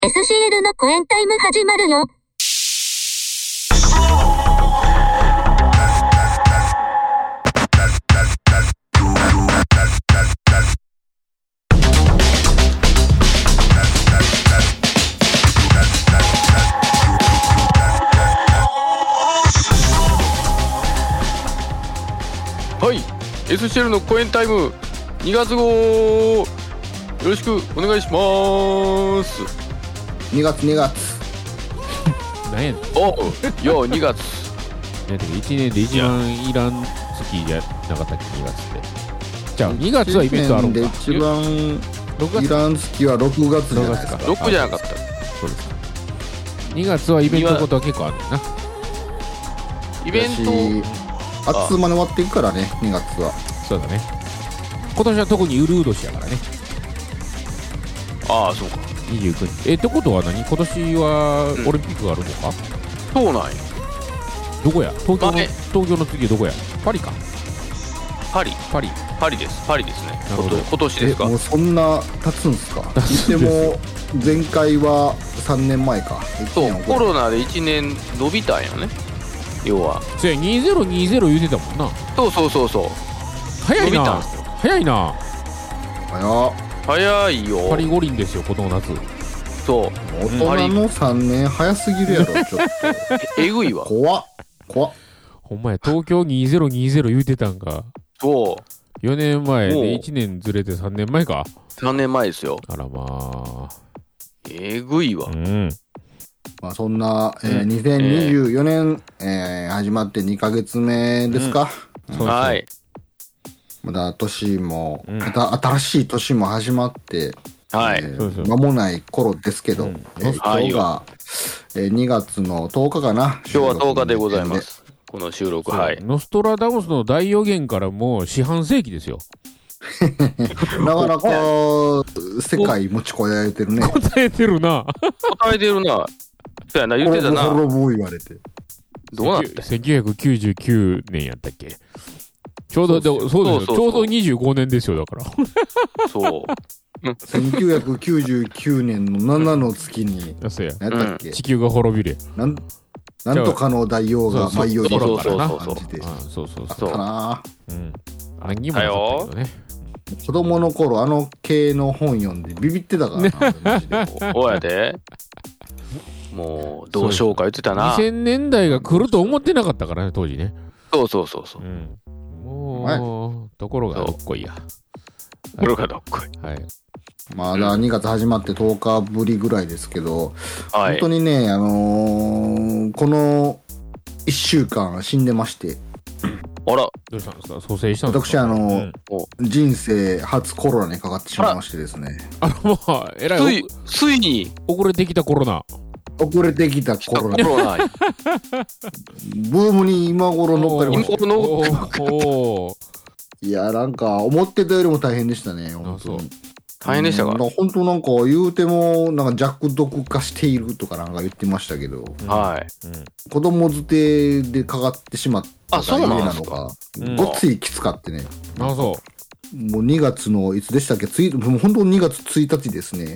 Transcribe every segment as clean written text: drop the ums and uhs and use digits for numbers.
SCL のコエンタイム始まるよ。 はい、SCL のコエンタイム2月号よろしくお願いします。 2月何やねん。 およ2月 1年で一番いらん月じゃなかったっけ、2月って。じゃあ2月はイベントあるんか。 で一番いらん月は6月じゃないですか。 6じゃなかった。 そうですか。2月はイベントのことは結構あるんだな。 イベントあっつまで終わっていくからね、2月は。 そうだね。今年は特にウルー年やからね。 ああ、そうか。 29日。ってことは何？今年はオリンピックがあるのか？ そうなんや。 どこや？東京の次はどこや？パリか。パリですね。 今年ですか。 もうそんな経つんすか？言っても前回は3年前か。 そう、コロナで1年伸びたんよね。要はそや2020言うてたもんな。 そう早いな。 伸びたんすよ。 早いな。 早いよ。 パリ五輪ですよ、今年の夏。 そう大人の3年早すぎるやろ。ちょっとえぐいわ。 怖っ。 ほんまや、東京2020言うてたんか。 そう 4年前で1年ずれて3年前か。 3年前ですよ。 あらまあ、 えぐいわ。 まあそんな、2024年、始まって2ヶ月目ですか。 はい。 まだ年も、また新しい年も始まって、 はい。 間もない頃ですけど、今日が、2月の10日かな。 今日は10日でございます。この収録。はい。 ノストラダムスの大予言からもう四半世紀ですよ。 なかなか世界持ちこやれてるね。 答えてるな。 そうやな、言ってたな。 ボロボロ言われて。 どうなった 1999年やったっけ。ちょうど、そうですよ。ちょうど25年ですよ、だから。 そう。 1999年の7の月に、何やったっけ、 地球が滅びれ。 なんとかの大王が舞い降りるそう感じで。 そう。 あったなぁ。あんにもなかったけどね。 子供の頃、あの系の本読んでビビってたからな。 おやで。もう、どうしようか言ってたな。 2000年代が来ると思ってなかったからね、当時ね。 そう。 もう、ところがどっこいや。 これがどっこい。 はい。 まだ2月始まって10日ぶりぐらいですけど、 はい、 本当にね、この1週間死んでまして。 あら、 どうしたんですか？蘇生したんですか？ 私人生初コロナにかかってしまいましてですね。 もう、えらい。 ついに、 遅れてきたコロナ。 遅れてきたコロナ。ブームに今頃乗っかりました。いや、なんか、思ってたよりも大変でしたね、本当に。 大変でしたか？ 本当なんか言うても、なんか弱毒化しているとかなんか言ってましたけど、 はい。 子供づてでかかってしまったがゆえなのか、ごっついきつかってね。 あ、そう。 もう2月のいつでしたっけ？もう本当に2月1日ですね。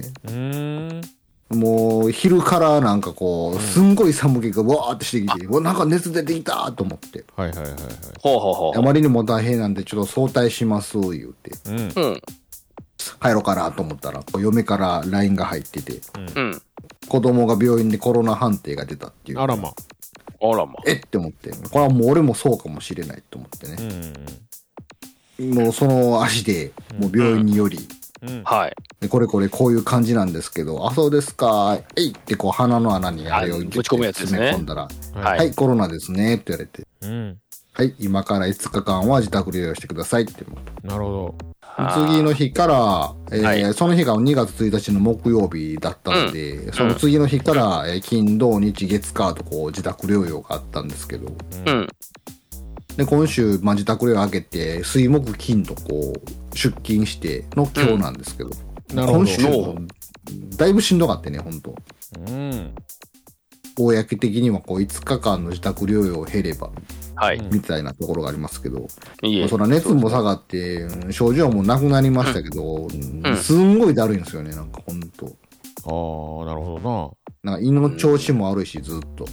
もう昼からなんかこう、すんごい寒気がわーってしてきて、なんか熱出てきたと思って。 はい。 あまりにも大変なんでちょっと早退します言うて。帰ろうかなと思ったら、嫁から LINE が入ってて、子供が病院でコロナ判定が出たっていう。 あらま。 って思って、これはもう俺もそうかもしれないと思ってね。もうその足で、もう病院により、 はい。 でこれこういう感じなんですけど、あ、そうですか、ってこう鼻の穴にあれをぶち込むやつですね。 詰め込んだら、はい、コロナですねって言われて、はい、今から5日間は自宅療養してくださいって。 なるほど。 次の日から、その日が2月1日の木曜日だったので、その次の日から、金土日月火とこう自宅療養があったんですけど、で今週、自宅療養明けて水木金とこう出勤しての今日なんですけど、今週だいぶしんどかってね、本当。公的にはこう5日間の自宅療養を経れば、みたいなところがありますけど、そら熱も下がって症状もなくなりましたけど、すんごいだるいんですよね、なんかほんと。 なるほどな。なんか胃の調子も悪いし、ずっと。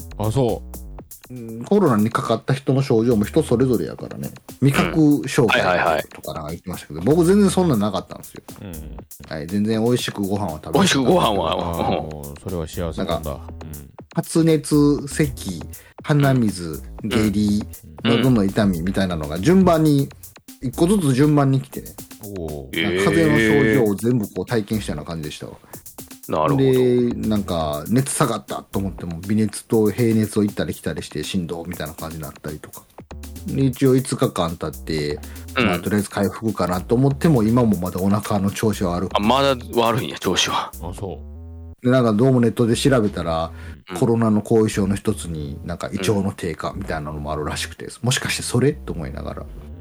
コロナにかかった人の症状も人それぞれやからね。味覚障害とかなんか言ってましたけど、僕全然そんなんなかったんですよ。はい、全然美味しくご飯は食べてた。 美味しくご飯は。 それは幸せなんだ。 発熱、咳、鼻水、下痢、喉の痛みみたいなのが順番に、一個ずつ順番に来てね。風邪の症状を全部こう体験したような感じでしたわ。 なるほど。 で、なんか、熱下がったと思っても、微熱と平熱を行ったり来たりして、振動みたいな感じになったりとか。で一応5日間経って、まあ、とりあえず回復かなと思っても、今もまだお腹の調子は悪くて。 まだ悪いんや、調子は。 で、なんかどうもネットで調べたら、コロナの後遺症の一つに、なんか胃腸の低下みたいなのもあるらしくて、もしかしてそれと思いながら。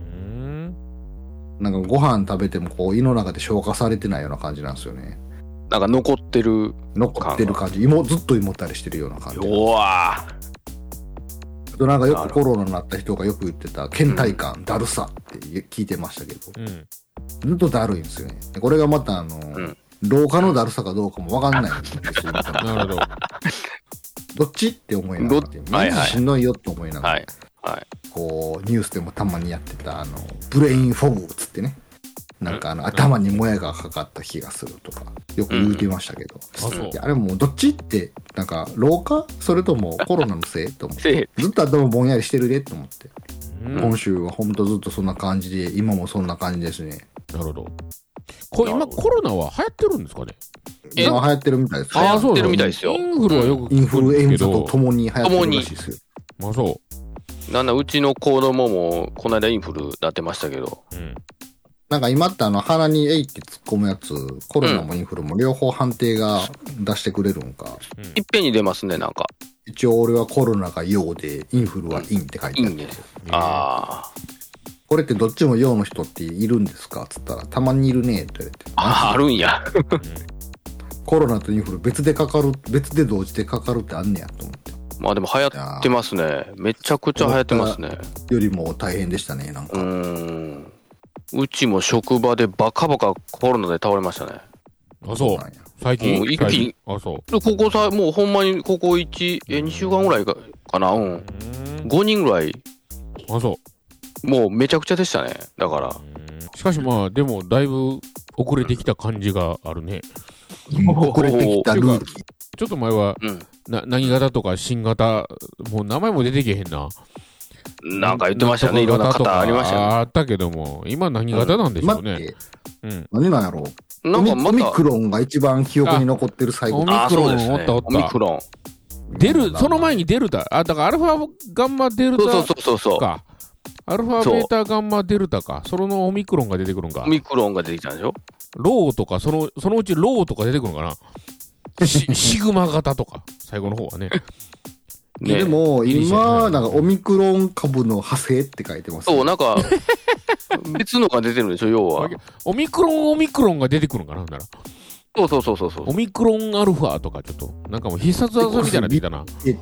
なんかご飯食べても、こう、胃の中で消化されてないような感じなんですよね。 なんか残ってる感じ。ずっと胃もたれしてるような感じ。 うわぁ。なんかよくコロナになった人がよく言ってた、倦怠感、だるさって聞いてましたけど、ずっとだるいんですよね。これがまた老化のだるさかどうかもわかんないんですよ。なるほど。どっちって思いながら、毎日しんどいよって思いながら、こう、ニュースでもたまにやってた、ブレインフォグつってね。なんか頭にもやがかかった気がするとか、よく言うてましたけど。あれもうどっちって、なんか老化それともコロナのせいと思って。ずっと頭ぼんやりしてるでと思って。今週はほんとずっとそんな感じで、今もそんな感じですね。 なるほど。今コロナは流行ってるんですかね？ 今流行ってるみたいです。 流行ってるみたいですよ。 インフルはよくインフルエンザと共に流行ってるらしいですよ。 うちの子供もこの間インフルなってましたけど。 なんか今って鼻にえいって突っ込むやつ、コロナもインフルも両方判定が出してくれるんか。 いっぺんに出ますね、なんか。 一応俺はコロナが陽で、インフルは陰って書いてあるんですよ。これってどっちも陽の人っているんですかつったら、たまにいるねって言われて。 あるんや。 コロナとインフル別で同時でかかるってあんねやと思って。 まあでも流行ってますね。めちゃくちゃ流行ってますね。 よりも大変でしたね、なんか。 うちも職場でバカバカコロナで倒れましたね。 最近一気に。もうほんまにここ2週間ぐらいかな。5人ぐらい。もうめちゃくちゃでしたね。だから。 しかしまあ、でもだいぶ遅れてきた感じがあるね。 遅れてきたルーキー。 ちょっと前は、何型とか新型、もう名前も出てけへんな。 なんか言ってましたね。いろんな型ありましたね。 あったけども、今何型なんでしょうね。 何なんやろう。オミクロンが一番記憶に残ってる最後。 オミクロンおった。 オミクロン。 その前にデルタ。だからアルファガンマデルタか。アルファベータガンマデルタか。そのオミクロンが出てくるんか。 オミクロンが出てきたんでしょ。 ローとか、そのうちローとか出てくるんかな。シグマ型とか、最後の方はね。 でも、今、なんかオミクロン株の派生って書いてます。 そう、なんか、別のが出てるんでしょ、要は。 オミクロンが出てくるんかな、なら。 そう。 オミクロンアルファとかちょっと、なんかもう必殺技みたいなの出たな。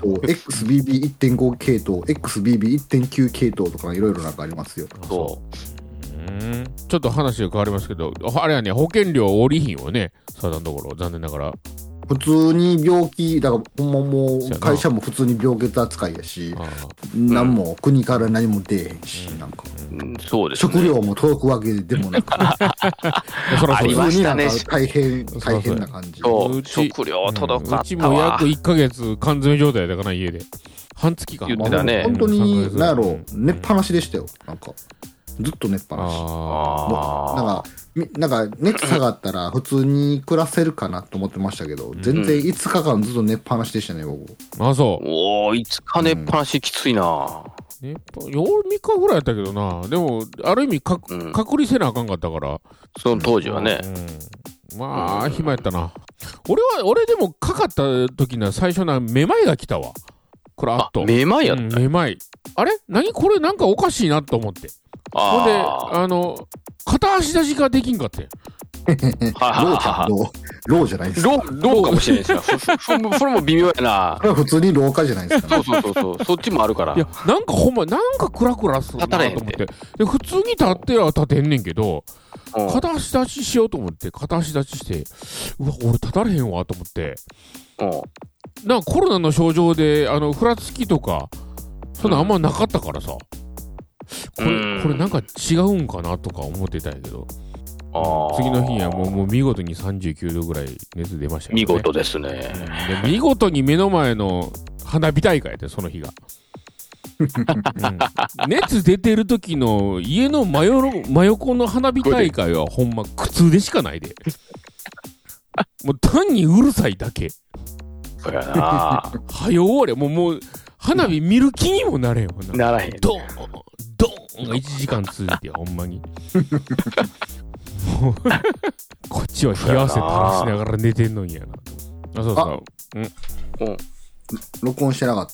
XBB1.5 系統、XBB1.9 系統とかいろいろなんかありますよ。 ちょっと話が変わりますけど、あれはね、保険料降りひんよね、サザンのところ、残念ながら。 普通に病気、だからもう会社も普通に病欠扱いやし、何も国から何も出えへんし、なんか。 そうですね。 食料も届くわけでもなく。 ありましたね。 大変な感じ。 食料届かったわ。 うちも約1ヶ月缶詰状態だから家で。半月間。 言ってたね。 本当に、なんやろ、寝っぱなしでしたよ。なんか。ずっと寝っぱなし。なんか熱下がったら普通に暮らせるかなと思ってましたけど、全然5日間ずっと寝っぱなしでしたね、僕。 おー、5日寝っぱなしきついな。 3日ぐらいやったけどな。でも、ある意味隔離せなあかんかったから。 その当時はね。 まあ、暇やったな。俺でもかかった時な、最初な、めまいが来たわ。これあっと。 めまいやった。 めまい。あれ何これなんかおかしいなと思って。ほんで、片足出しができんかって。 ローじゃないですか。 ローかもしれないですよ。それも微妙やな。 これは普通に廊下じゃないですか、 ね。そうそっちもあるから。 いや、なんかほんま、なんかクラクラするなと思って。で、普通に立っては立てんねんけど、片足立ちしようと思って、片足立ちして、うわ、俺立たれへんわと思って。なんかコロナの症状で、ふらつきとか、そんなあんまなかったからさ。これなんか違うんかなとか思ってたんやけど。次の日にはもう見事に39度ぐらい熱出ましたね。 見事ですね。 で見事に目の前の花火大会やで、その日が。熱出てる時の家の真横の花火大会はほんま苦痛でしかないで。もう単にうるさいだけ。 そうやな。 はよ終われ。もう花火見る気にもなれんわならへん。 ドーンが1時間続いてほんまに。こっちは冷や汗垂らしながら寝てんのにやな。そうそう。 録音してなかった。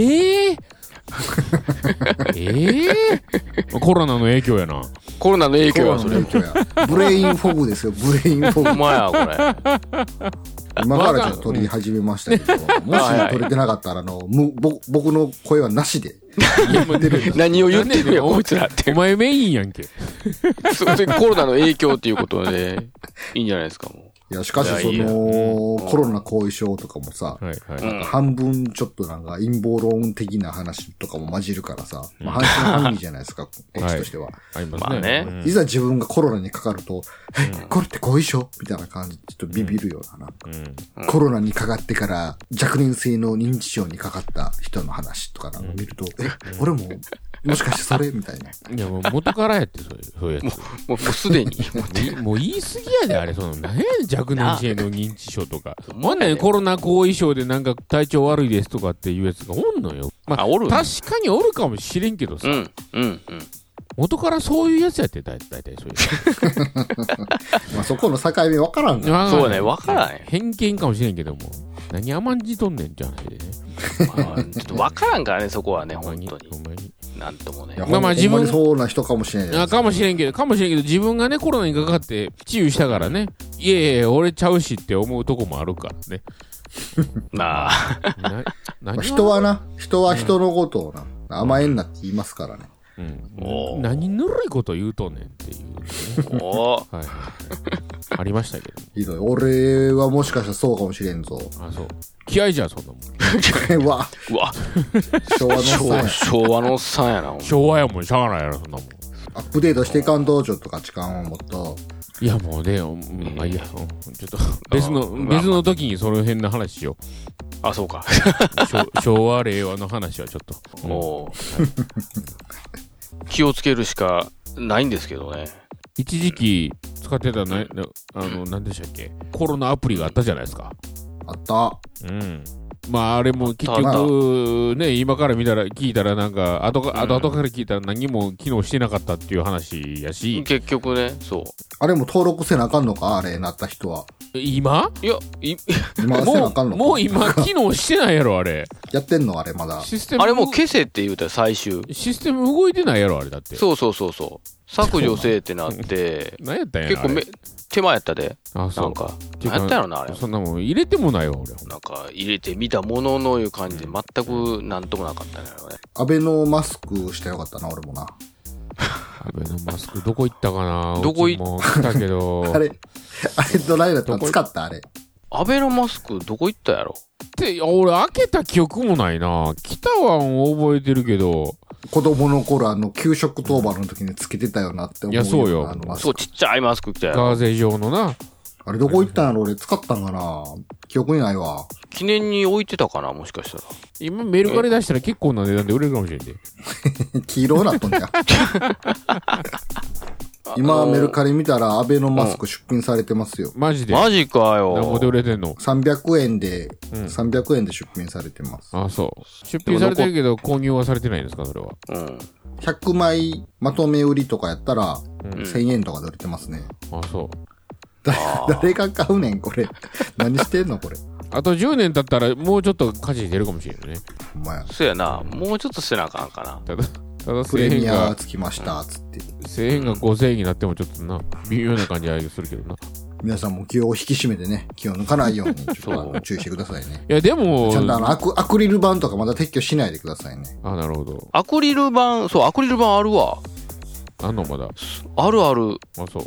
コロナの影響やな。 コロナの影響や、それ。 ブレインフォグですよ、ブレインフォグ。 お前や、これ。 今からちょっと撮り始めましたけど、もし撮れてなかったら、僕の声はなしで。 何を言ってるよ、こいつらって。 お前メインやんけ。 コロナの影響っていうことで、いいんじゃないですか、もう。 いや、しかしコロナ後遺症とかもさ、なんか半分ちょっとなんか陰謀論的な話とかも混じるからさ、まあ半信半疑じゃないですか、こっちとしては。 まあね。 いざ自分がコロナにかかると、これって後遺症みたいな感じでちょっとビビるような、コロナにかかってから若年性の認知症にかかった人の話とかなんか見ると、俺も、もしかしてそれみたいな。 いや、もう元からやって、そういうやつ。 もうすでに。 もう言い過ぎやで、あれ、何やねん、若年性の認知症とか。まだね、コロナ後遺症でなんか体調悪いですとかっていうやつがおんのよ。まあ、確かにおるかもしれんけどさ。元からそういうやつやって、大体そういう。 まあそこの境目分からんから。 そうね、分からん。 偏見かもしれんけども。何甘んじとんねんじゃないでね。 ちょっと分からんからね、そこはね、本当に。なんともね。 まあ自分そうな人かもしれない。 かもしれんけど、自分がね、コロナにかかって治癒したからね、いやいや、俺ちゃうしって思うとこもあるからね。 まあ。 人は人のことをな、甘えんなって言いますからね。 何ぬるいこと言うとんねんっていう、ありましたけど。 ひどい。俺はもしかしたらそうかもしれんぞ。 あ、そう。気合いじゃん、そんなもん。 うわ。昭和のおっさんやな。 昭和やもん、しゃあないやろ、そんなもん。 アップデートしていかんと、ちょっと価値観をもっと。 いや、もうね、まあいいや、ちょっと、別の時にその辺の話しよう。 あ、そうか。 昭和、令和の話はちょっと。 気をつけるしかないんですけどね。 一時期使ってたね、何でしたっけ、コロナアプリがあったじゃないですか。 あった。 まああれも結局ね、今から聞いたらなんか後から聞いたら何も機能してなかったっていう話やし、 結局ね、そう。 あれも登録せなあかんのか、あれなった人は。 今？ いや、 今せなあかんのか。 もう今機能してないやろ、あれ。 やってんのあれまだ。 あれもう消せって言うたら最終。 システム動いてないやろ、あれだって。 そう。削除せえってなって。 何やったんや結構手前やったで。 あ、そう。 なんか、何やったやろな、あれ。 そんなもん入れてもないわ、俺。 なんか、入れてみたもののいう感じで全くなんともなかったね。 アベノマスクしてよかったな、俺もな。 アベノマスクどこ行ったかな。どこ行ったけど。 あれどないだった使ったあれ。 アベノマスクどこ行ったやろって、俺開けた記憶もないな。来たは覚えてるけど。 子供の頃給食当番の時につけてたよなって思う。 いや、そうよ。 そう、ちっちゃいマスク着たよ。 ガーゼ状のな。 あれどこ行ったんやろ俺使ったんかな記憶にないわ。 記念に置いてたかなもしかしたら。 今メルカリ出したら結構な値段で売れるかもしれんで。 黄色なっとんじゃ。今メルカリ見たらアベノマスク出品されてますよ。 マジで？ マジかよ。 何ぼで売れてんの ？300円で出品されてます。 あ、そう。出品されてるけど購入はされてないんですかそれは。 100枚まとめ売りとかやったら1000円とかで売れてますね。 あ、そう。 誰が買うねんこれ。何してんのこれ。 あと10年経ったらもうちょっと価値出るかもしれんよね。 ほんまや。 そうやな。もうちょっとせなあかんかな。 ただプレミアつきましたつって。 1000円が5000円になってもちょっとな、微妙な感じがするけどな。 皆さんも気を引き締めてね、気を抜かないように、ちょっと注意してくださいね。 いや、でも、 ちゃんとアクリル板とかまだ撤去しないでくださいね。 あ、なるほど。 アクリル板、そう、アクリル板あるわ。 あんのまだ。 あるある。 あ、そう。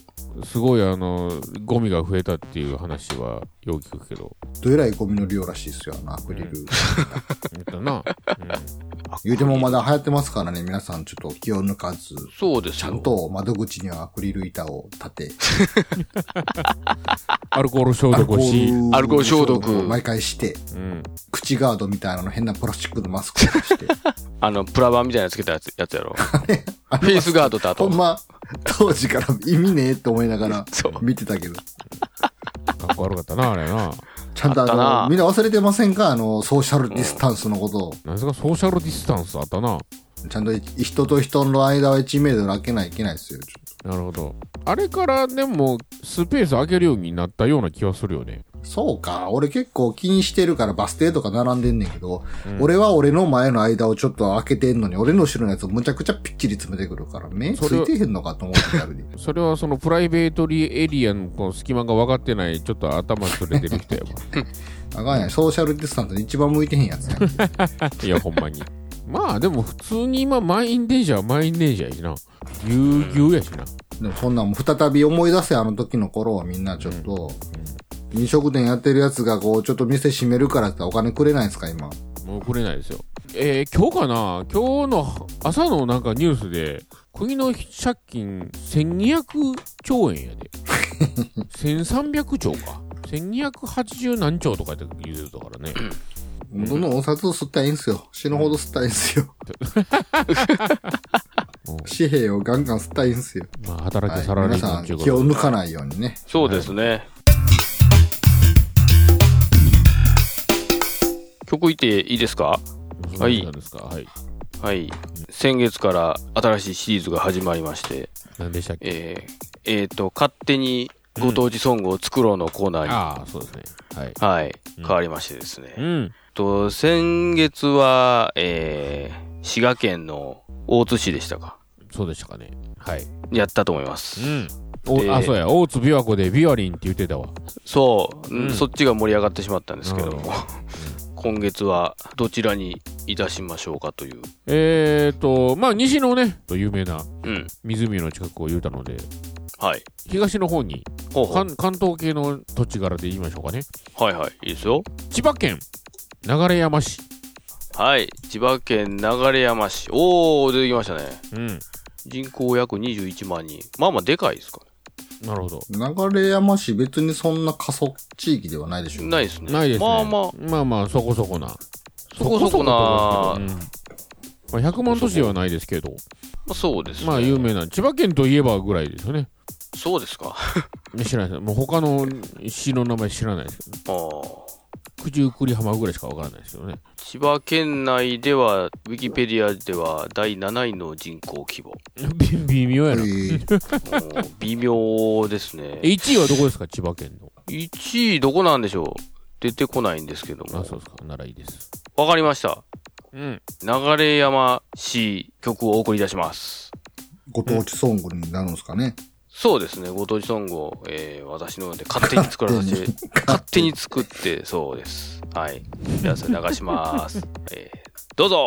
すごいゴミが増えたっていう話はよく聞くけど。 どえらいゴミの量らしいですよ、アクリル。 だな。 言うてもまだ流行ってますからね、皆さんちょっと気を抜かず。 そうですよ。 ちゃんと窓口にはアクリル板を立て。 アルコール消毒をし。 アルコール消毒を毎回して。口ガードみたいなの変なプラスチックのマスクをして。 プラバンみたいなのつけたやつやろ。フェイスガードとあと。 ほんま、当時から意味ねえって思いながら見てたけど。 かっこ悪かったな、あれな。 ちゃんとみんな忘れてませんかソーシャルディスタンスのことを。 何ですか、ソーシャルディスタンスあったな。 ちゃんと人と人の間は1メートル空けないといけないですよ。 なるほど。あれからでも、スペース空けるようになったような気はするよね。 そうか。俺結構気にしてるからバス停とか並んでんねんけど、俺は俺の前の間をちょっと開けてんのに、俺の後ろのやつをむちゃくちゃぴっちり詰めてくるから、目ついてへんのかと思ってやるで。 それはそのプライベートエリアのこの隙間が分かってない、ちょっと頭ずれてる人やもん。 あかんやん。ソーシャルディスタンスに一番向いてへんやつやん。 いや、ほんまに。まあでも普通に今満員電車は満員電車やしな。ぎゅうぎゅうやしな。 でもそんなんも再び思い出せ、あの時の頃はみんなちょっと、飲食店やってるやつがこう、ちょっと店閉めるからってお金くれないんですか、今。 もうくれないですよ。今日かな、今日の朝のなんかニュースで、国の借金1200兆円やで。1300兆か。1280何兆とかって言うてたからね。 どんどんお札を吸ったらいいんすよ。死ぬほど吸ったらいいんすよ。紙幣をガンガン吸ったらいいんすよ。 まあ、働きサラリーマンっていうことで。 皆さん気を抜かないようにね。 そうですね。はい、曲いっていいですか？はい。はい。先月から新しいシリーズが始まりまして。 何でしたっけ？ 勝手にご当地ソングを作ろうのコーナーに。 ああ、そうですね。はい。 はい。変わりましてですね。先月は、滋賀県の大津市でしたか？ そうでしたかね。はい。 やったと思います。 そうや。大津琵琶湖でビワリンって言ってたわ。 そう。そっちが盛り上がってしまったんですけども。今月はどちらにいたしましょうかという。 まあ、西のね、有名な湖の近くを言うたので、 はい。 東の方に、関東系の土地柄で言いましょうかね。 はいはい。いいですよ。 千葉県流山市。 はい。千葉県流山市。おー、出てきましたね。人口約21万人。まあまあでかいですかね。 なるほど。 流山市別にそんな過疎地域ではないでしょうね。 ないですね。 ないですね。まあ、そこそこな。まあ、100万都市ではないですけど。 そうですね。 まあ、有名な。千葉県といえばぐらいですよね。 そうですか。 知らないです。もう他の市の名前知らないですけど。九十九里浜ぐらいしかわからないですよね。 千葉県内では、ウィキペディアでは第7位の人口規模。 微妙やな。 微妙ですね。 1位はどこですか、千葉県の。 1位どこなんでしょう？出てこないんですけども。 あ、そうですか。ならいいです。 わかりました。流山市曲をお送りいたします。 ご当地ソングになるんですかね。 そうですね。ご当地ソングを、私の方で勝手に作らせて、勝手に作って、そうです。はい。皆さん流します。どうぞ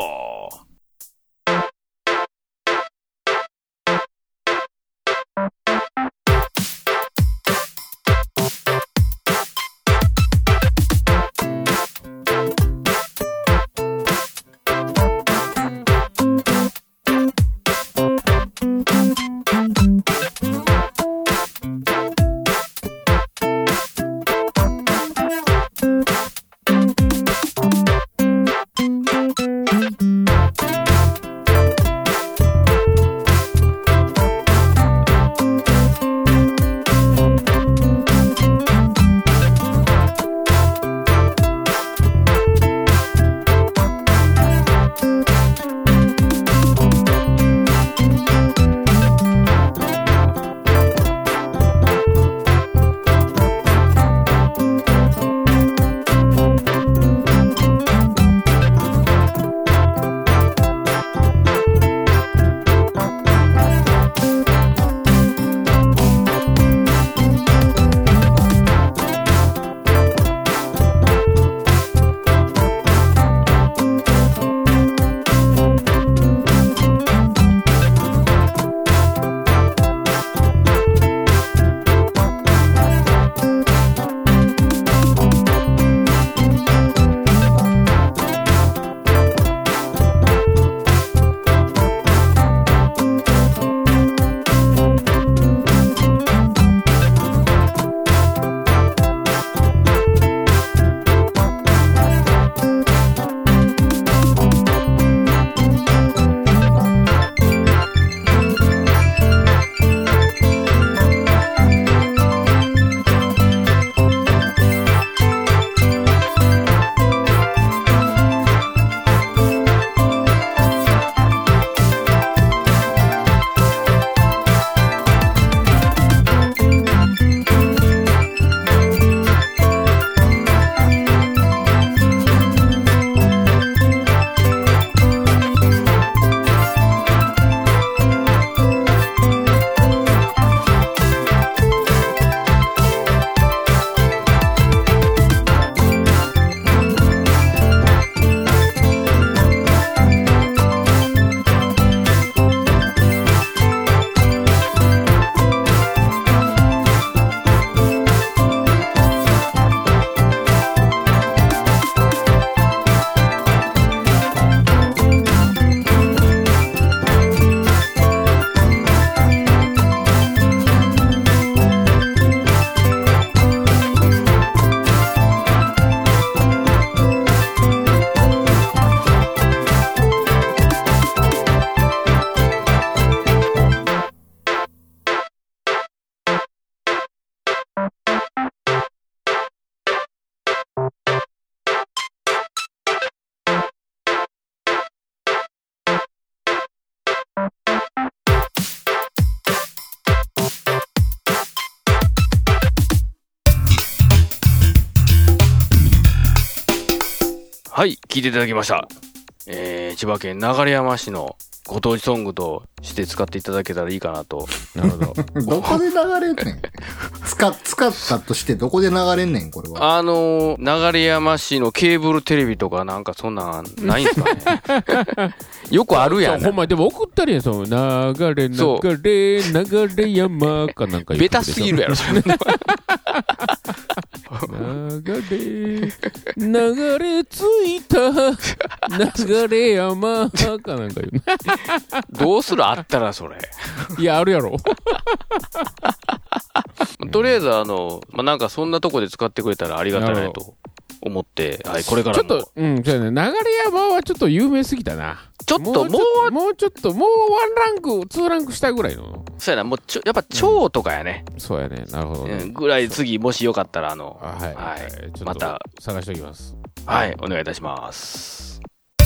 はい、聞いていただきました。千葉県流山市のご当地ソングとして使っていただけたらいいかなと。 なるほど。 どこで流れんねん。使ったとしてどこで流れんねん、これは。 流山市のケーブルテレビとかなんかそんなんないんすかね。よくあるやん。 ほんまに、でも送ったりやん、その、流れ山かなんか言う。 ベタすぎるやろ、それ。 流れ着いた流れ山かなんか言う。 どうするあったらそれ。 いや、あるやろ。 とりあえずなんかそんなとこで使ってくれたらありがたいなと思って、はい、これからも。 ちょっと、じゃあね、流山はちょっと有名すぎたな。 ちょっともうちょっと、もう1ランク、2ランク下ぐらいの。 そうやな、もうやっぱ超とかやね。 そうやね、なるほどね。 ぐらい次、もしよかったら、 はい。また、探しておきます。 はい、お願いいたします。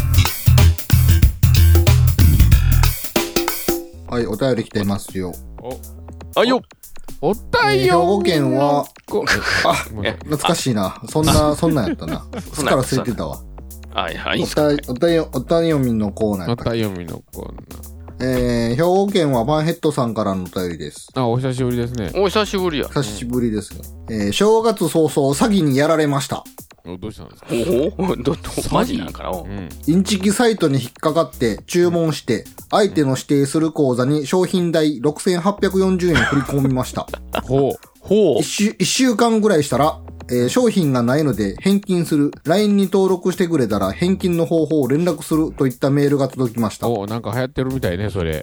はい、お便り来てますよ。 はいよ。 お便り。 兵庫県は、懐かしいな。そんなんやったな。すっから忘れてたわ。 はいはい。 お便りのコーナー。 お便りのコーナー。兵庫県はバンヘッドさんからのお便りです。 お久しぶりですね。 お久しぶりや。 久しぶりですね。正月早々詐欺にやられました。 どうしたんですか？ マジなんかな。 インチキサイトに引っかかって注文して、相手の指定する口座に商品代6840円振り込みました。一週間ぐらいしたら、商品がないので返金する。LINE に登録してくれたら返金の方法を連絡するといったメールが届きました。 なんか流行ってるみたいね、それ。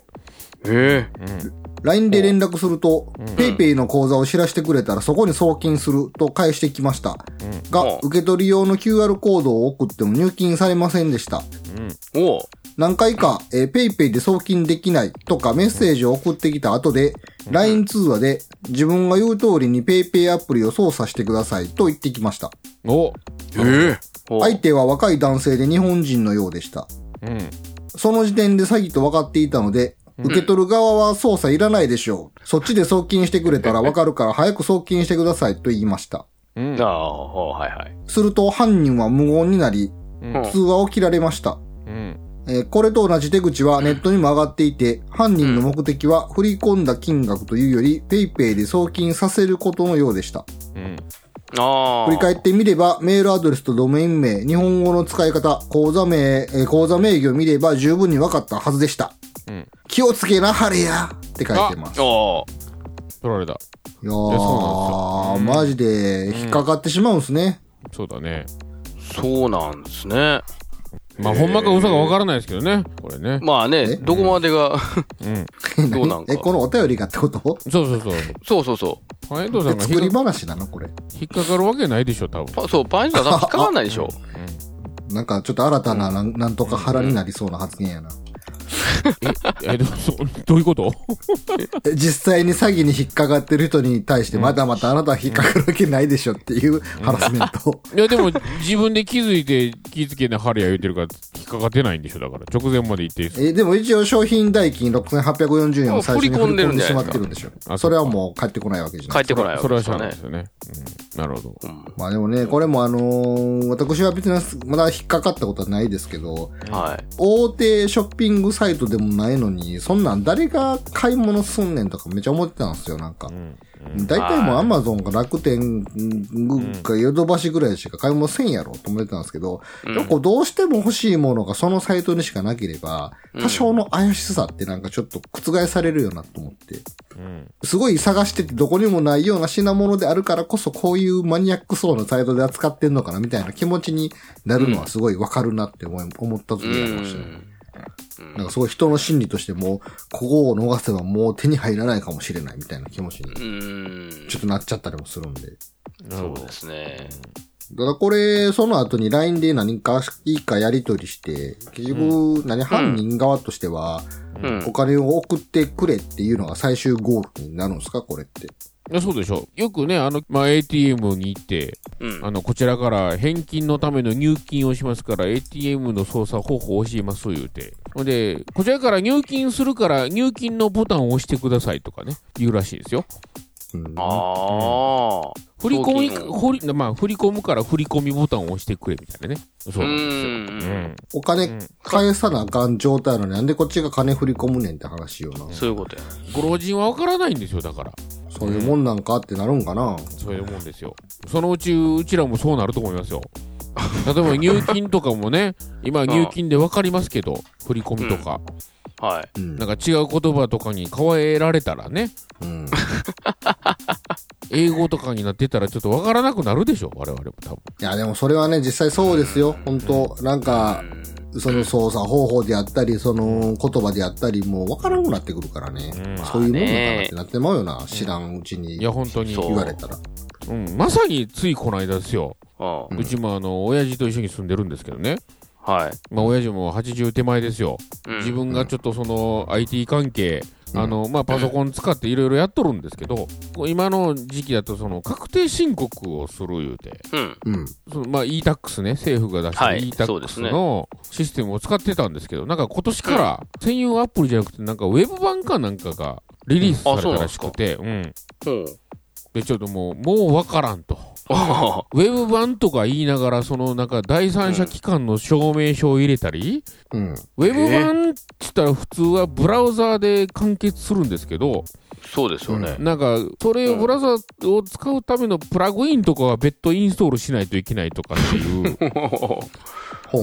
LINE で連絡すると、PayPay の口座を知らせてくれたらそこに送金すると返してきました。が、受け取り用の QR コードを送っても入金されませんでした。何回か、PayPay で送金できないとかメッセージを送ってきた後で、LINE 通話で自分が言う通りに PayPay アプリを操作してくださいと言ってきました。相手は若い男性で日本人のようでした。その時点で詐欺と分かっていたので、受け取る側は操作いらないでしょう。そっちで送金してくれたら分かるから早く送金してくださいと言いました。すると犯人は無言になり、通話を切られました。これと同じ手口はネットにも上がっていて、犯人の目的は振り込んだ金額というより、PayPay で送金させることのようでした。振り返ってみれば、メールアドレスとドメイン名、日本語の使い方、口座名義を見れば十分に分かったはずでした。気をつけなはれやって書いてます。 取られた。 いやー、マジで引っかかってしまうんすね。 そうだね。 そうなんですね。 まあ、ほんまか嘘か分からないですけどね、これね。 まあね、どこまでが、どうなんか。 このお便りがってこと？ そう。 パンエンドさんが作り話なのこれ。 引っかかるわけないでしょ、多分。 そう、パンエンドさん引っかかんないでしょ。 なんかちょっと新たななんとか腹になりそうな発言やな。 どういうこと実際に詐欺に引っかかってる人に対してまだまたあなたは引っかかるわけないでしょっていうハラスメント。 いやでも自分で気づいて気づけなハリや言ってるから引っかかってないんでしょ。だから直前まで言っていいです。 でも一応商品代金6840円を最初に振り込んでしまってるんでしょ。それはもう返ってこないわけじゃない。 返ってこないわけですよね。 それはしゃあないですよね。なるほど。 まあでもね、これも私は別にまだ引っかかったことはないですけど、大手ショッピングサイトでもないのに、そんなん誰が買い物すんねんとかめっちゃ思ってたんですよ、なんか。大体もうアマゾンか楽天かヨドバシぐらいしか買い物せんやろと思ってたんですけど、どうしても欲しいものがそのサイトにしかなければ、多少の怪しさってなんかちょっと覆されるよなと思って。すごい探しててどこにもないような品物であるからこそこういうマニアックそうなサイトで扱ってんのかなみたいな気持ちになるのはすごいわかるなって思った時がありましたね。なんかすごい人の心理としても、ここを逃せばもう手に入らないかもしれないみたいな気持ちに、ちょっとなっちゃったりもするんで。 そうですね。 だからこれ、その後に LINE で何かいいかやり取りして、結局、犯人側としては、お金を送ってくれっていうのが最終ゴールになるんですかこれって。 そうでしょ。よくね、ATM に行って、こちらから返金のための入金をしますから、ATM の操作方法を教えます、言うて。で、こちらから入金するから、入金のボタンを押してくださいとかね、言うらしいですよ。 振り込むから振り込みボタンを押してくれみたいなね。そうなんですよ。 お金返さなあかん状態なのになんでこっちが金振り込むねんって話よな。 そういうことや。 ご老人はわからないんですよ、だから。 そういうもんなんかってなるんかな。 そういうもんですよ。そのうちうちらもそうなると思いますよ。例えば入金とかもね、今入金でわかりますけど、振り込みとか。 はい。 なんか違う言葉とかに変えられたらね。英語とかになってたらちょっとわからなくなるでしょ、我々も多分。 いや、でもそれはね、実際そうですよ。本当なんか、その操作方法であったり、その言葉であったり、もうわからんくなってくるからね。そういうもんだからってなってまうよな、知らんうちに。 いや、本当に。 言われたら。 まさについこの間ですよ。うちも親父と一緒に住んでるんですけどね。 はい。 親父も80手前ですよ。自分がちょっとその IT 関係、パソコン使っていろいろやっとるんですけど、今の時期だとその確定申告をする言うて、e-tax ね、政府が出してる e-tax のシステムを使ってたんですけど、なんか今年から専用アプリじゃなくて、なんかウェブ版かなんかがリリースされたらしくて、で、ちょっともうわからんと。ウェブ版とか言いながら、そのなんか第三者機関の証明書を入れたり、ウェブ版って言ったら普通はブラウザーで完結するんですけど、 そうですよね。 なんか、それをブラウザーを使うためのプラグインとかは別途インストールしないといけないとかっていう、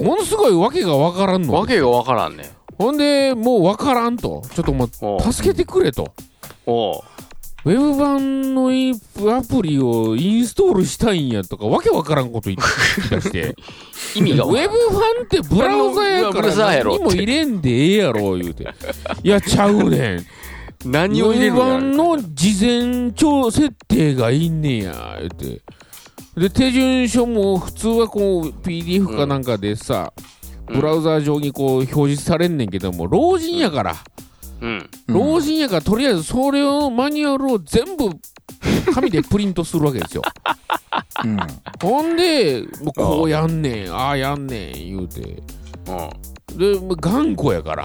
ものすごいわけがわからんの。 わけがわからんね。 ほんで、もうわからんと。ちょっともう、助けてくれと。ウェブ版のアプリをインストールしたいんやとか、わけわからんこと言い出して。 意味がウェブ版ってブラウザやから何も入れんでええやろ、言うて。いや、ちゃうねん。 何を入れるんや。 ウェブ版の事前設定がいんねや、言うて。で、手順書も普通はこう、PDF かなんかでさ、ブラウザー上にこう、表示されんねんけども、老人やから。老人やからとりあえずそれをマニュアルを全部紙でプリントするわけですよ。ほんでもうこうやんねん、ああやんねん言うて、で頑固やから、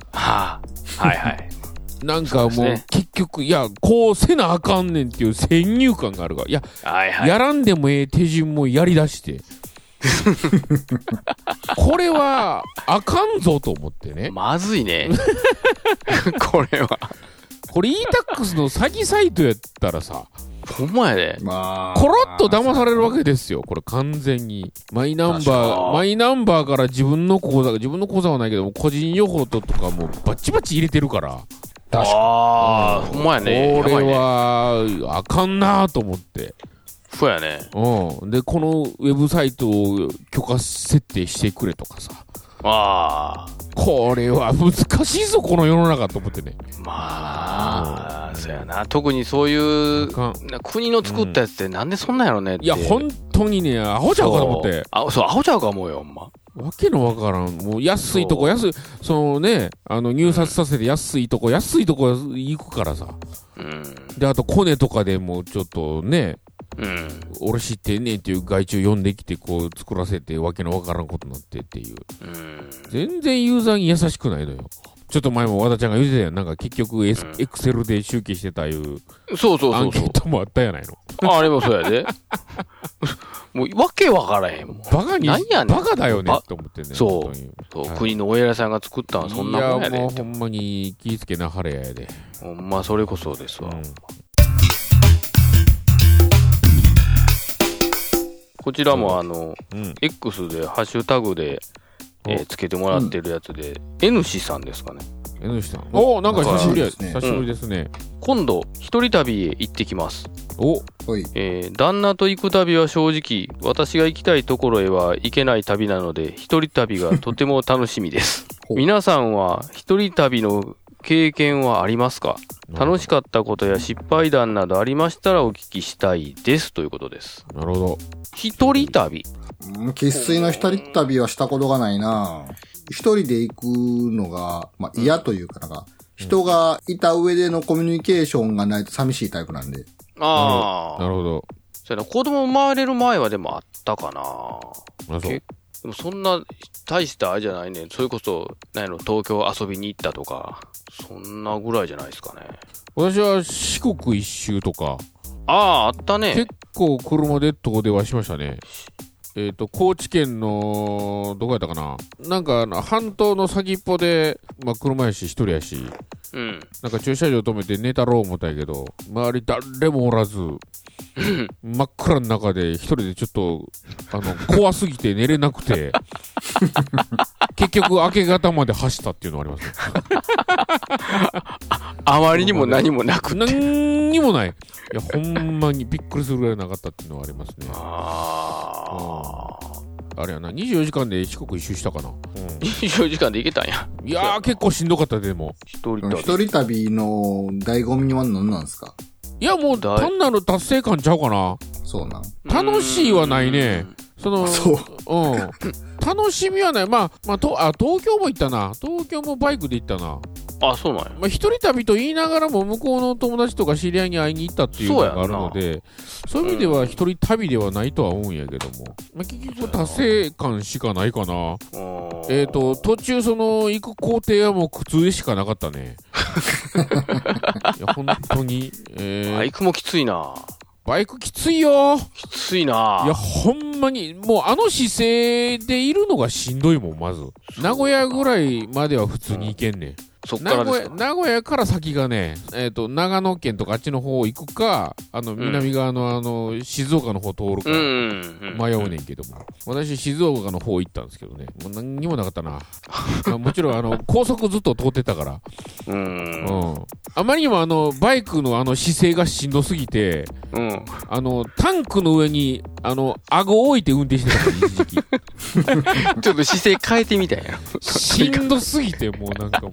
なんかもう結局いやこうせなあかんねんっていう先入観があるから、いや、やらんでもええ手順もやりだしてこれはあかんぞと思ってね。 まずいねこれは。 これ e-tax の詐欺サイトやったらさ、 ほんまやで、 コロッと騙されるわけですよ。これ完全にマイナンバーから自分の口座はないけども個人情報とかもバチバチ入れてるから。 ほんまやね。 これはあかんなと思って。 そうやね。 で、このウェブサイトを許可設定してくれとかさ。これは難しいぞ、この世の中と思ってね。 そうやな。特にそういう国の作ったやつってなんでそんなんやろねって。 いや、本当にね、アホちゃうかと思って。 そう、アホちゃうか思うよ、ほんま。 わけのわからん。もう安いとこ、そのね、入札させて安いとこ行くからさ。で、あとコネとかでもちょっとね、俺知ってんねんっていう外注呼んできてこう作らせてわけのわからんことになってっていう、全然ユーザーに優しくないのよ。ちょっと前も和田ちゃんが言ってたよ。なんか結局エクセルで集計してたいうアンケートもあったやないの。 あれもそうやでもうわけわからへんもん。 バカだよねって思ってね。 そう国のお偉いさんが作ったのはそんなもんやで。 いやもうほんまに気ぃつけなはれやで。 ほんまそれこそですわ。こちらもX でハッシュタグでつけてもらってるやつで N 氏さんですかね。 N 氏さん。なんか久しぶりですね。 今度一人旅へ行ってきます。 はい。 旦那と行く旅は正直私が行きたいところへは行けない旅なので一人旅がとても楽しみです皆さんは一人旅の経験はありますか？楽しかったことや失敗談などありましたらお聞きしたいですということです。 なるほど。 一人旅、 生粋の一人旅はしたことがないな。一人で行くのが、嫌というかなんか、人がいた上でのコミュニケーションがないと寂しいタイプなんで。 なるほど。 そうやな、子供生まれる前はでもあったかな。でもそんな大したあれじゃないね。それこそ東京遊びに行ったとかそんなぐらいじゃないですかね。 私は四国一周とか。 あったね。 結構車で遠出はしましたね。高知県の、どこやったかな、なんか半島の先っぽで、まあ車やし一人やし、なんか駐車場止めて寝たろう思ったんやけど、周り誰もおらず、真っ暗の中で一人でちょっと、怖すぎて寝れなくて、結局明け方まで走ったっていうのがありますね。 あまりにも何もなくて。 何にもない。いや、ほんまにびっくりするぐらいなかったっていうのはありますね。あれやな、24時間で四国一周したかな。 24時間で行けたんや。 いやー、結構しんどかったでも。 一人旅の醍醐味は何なんですか？ いや、もう単なる達成感ちゃうかな。 そうなん。 楽しいはないね。 そう。 楽しみはない。まあ、東京も行ったな。東京もバイクで行ったな。 あ、そうなんや。 まあ、一人旅と言いながらも向こうの友達とか知り合いに会いに行ったっていうのがあるので、そういう意味では一人旅ではないとは思うんやけども、まあ、結局達成感しかないかな。途中行く工程はもう苦痛でしかなかったね。いや、本当に。 バイクもきついな。 バイクきついよ。 きついな。 いや、ほんまに、もう姿勢でいるのがしんどいもん、まず。名古屋ぐらいまでは普通に行けんねん。 そっからですか？ 名古屋から先がね、長野県とかあっちの方行くか、南側の静岡の方通るか、迷うねんけども。私、静岡の方行ったんですけどね。もう何にもなかったな。もちろん、高速ずっと通ってたから。あまりにもバイクの姿勢がしんどすぎて、タンクの上に、顎を置いて運転してたから、一時期。 ちょっと姿勢変えてみたいな。 しんどすぎて、もうなんかもう。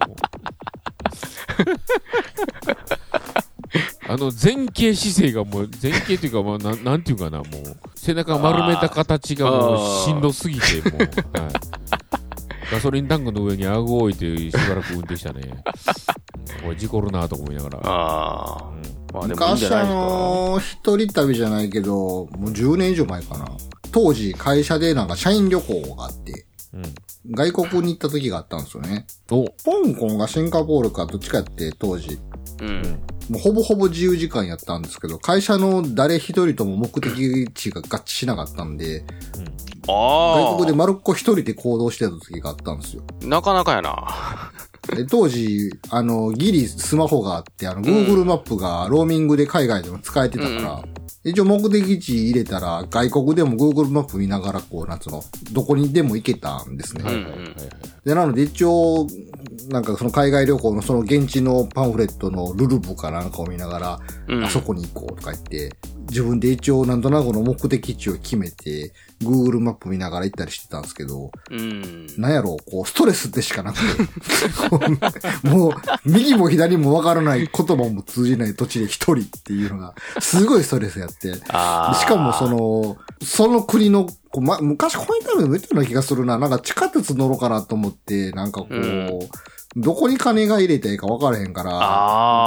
前傾姿勢がもう、前傾というか、まあ、なんていうかな、もう、背中丸めた形がもうしんどすぎて、もう、はい。ガソリンタンクの上に顎を置いてしばらく運転したね。これ事故るなと思いながら。 まあ、でもいいんじゃないですか。一人旅じゃないけど、もう10年以上前かな。当時会社でなんか社員旅行があって、外国に行った時があったんですよね。香港がシンガポールかどっちかやって当時。もうほぼほぼ自由時間やったんですけど、会社の誰一人とも目的地が合致しなかったんで、外国で丸っこ一人で行動してた時があったんですよ。 なかなかやな。 当時、ギリスマホがあって、Google マップがローミングで海外でも使えてたから、一応目的地入れたら、外国でも Google マップ見ながら、どこにでも行けたんですね。で、なので一応、なんかその海外旅行のその現地のパンフレットのルルブかなんかを見ながら、あそこに行こうとか言って、自分で一応なんとなくの目的地を決めて、Google マップ見ながら行ったりしてたんですけど、なんやろう、ストレスでしかなくて、もう、右も左もわからない言葉も通じない土地で一人っていうのが、すごいストレスやって、しかもその国の、昔こういったのでも言ったような気がするな、なんか地下鉄乗ろうかなと思って、なんかどこに金が入れていいか分からへんから、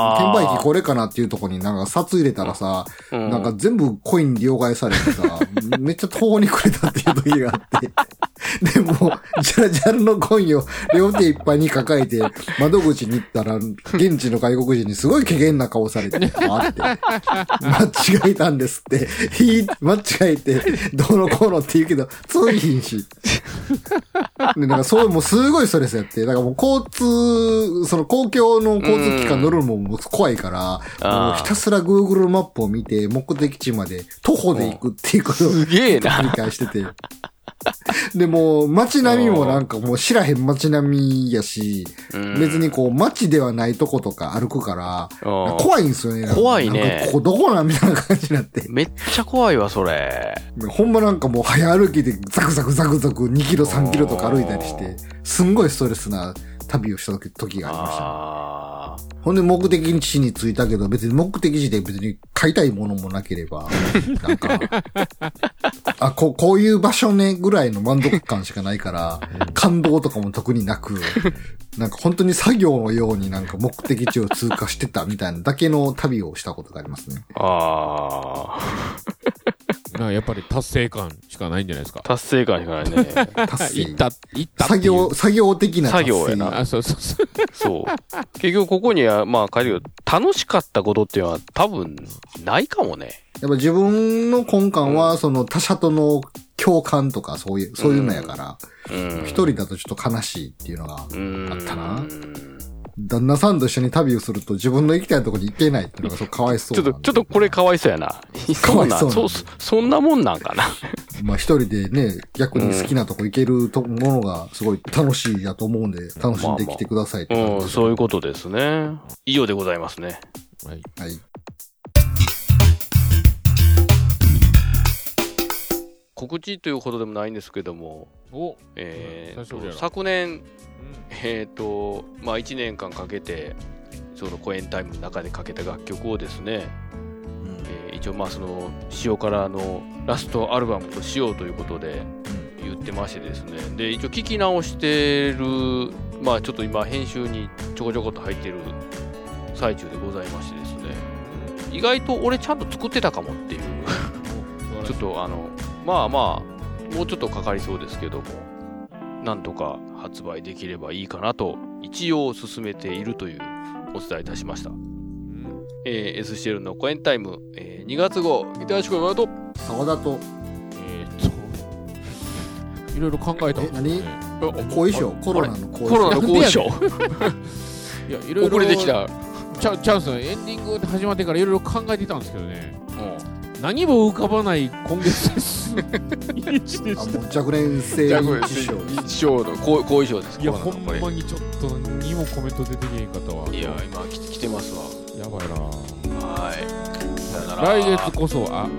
券売機これかなっていうとこになんか札入れたらさ、なんか全部コイン両替されてさ、めっちゃ途方に暮れたっていう時があって。でも、ジャラジャラのコインを両手いっぱいに抱えて、窓口に行ったら、現地の外国人にすごい怪げな顔されて、って。間違えたんですって。間違えて、どうのこうのって言うけど、通じひんし。で、なんかもうすごいストレスやって、だからもう公共の交通機関乗るのも怖いから、もうひたすら Google マップを見て、目的地まで徒歩で行くっていうことを繰り返してて。でも、街並みもなんかもう知らへん街並みやし、別に街ではないとことか歩くから、怖いんですよね。 怖いね。 なんかここどこなんみたいな感じになって。 めっちゃ怖いわ、それ。 ほんまなんかもう早歩きでザクザクザクザク2キロ3キロとか歩いたりして、すんごいストレスな旅をした時がありました、ね。ほんで目的地に着いたけど、別に目的地で別に買いたいものもなければ、なんか、こういう場所ねぐらいの満足感しかないから、感動とかも特になく、なんか本当に作業のようになんか目的地を通過してたみたいなだけの旅をしたことがありますね。 やっぱり達成感しかないんじゃないですか。 達成感しかないね。 行った作業的な作業やな。 そう。 そう。結局ここには、まあ、書いてるけど、楽しかったことっていうのは多分、ないかもね。 やっぱ自分の根幹は、その他者との共感とか、そういうのやから、一人だとちょっと悲しいっていうのがあったな。旦那さんと一緒に旅をすると自分の行きたいところに行けないっていうのがかわいそうちょっとこれかわいそうやな。 かわいそうな。 そんなもんなんかな。 まあ一人でね、逆に好きなとこ行けるものがすごい楽しいやと思うんで、楽しんできてくださいって感じ、 そういうことですね。以上でございますね。 はい。 はい。 告知というほどでもないんですけども、昨年、まあ1年間かけて、ちょうどコエンタイムの中でかけた楽曲をですね、一応まあその、塩辛のラストアルバムとしようということで言ってましてですね、で、一応聞き直してる、まあちょっと今編集にちょこちょこと入ってる最中でございましてですね、意外と俺ちゃんと作ってたかもっていう、ちょっとまあもうちょっとかかりそうですけども、なんとか発売できればいいかなと一応進めているというお伝えいたしました。SCL のコエンタイム、2月号、板橋君、と沢田と、 いろいろ考えたんですね。 後遺症、コロナの後遺症。 いや、いろいろ遅れてきた。 チャンス、エンディングで始まってからいろいろ考えてたんですけどね。何も浮かばない今月です。 もう若年性認知症の後遺症です。 いや、ほんまにちょっと何もコメント出てけへんかったわ。 いや、今来てますわ。 やばいな。 はい。さよなら。 来月こそは。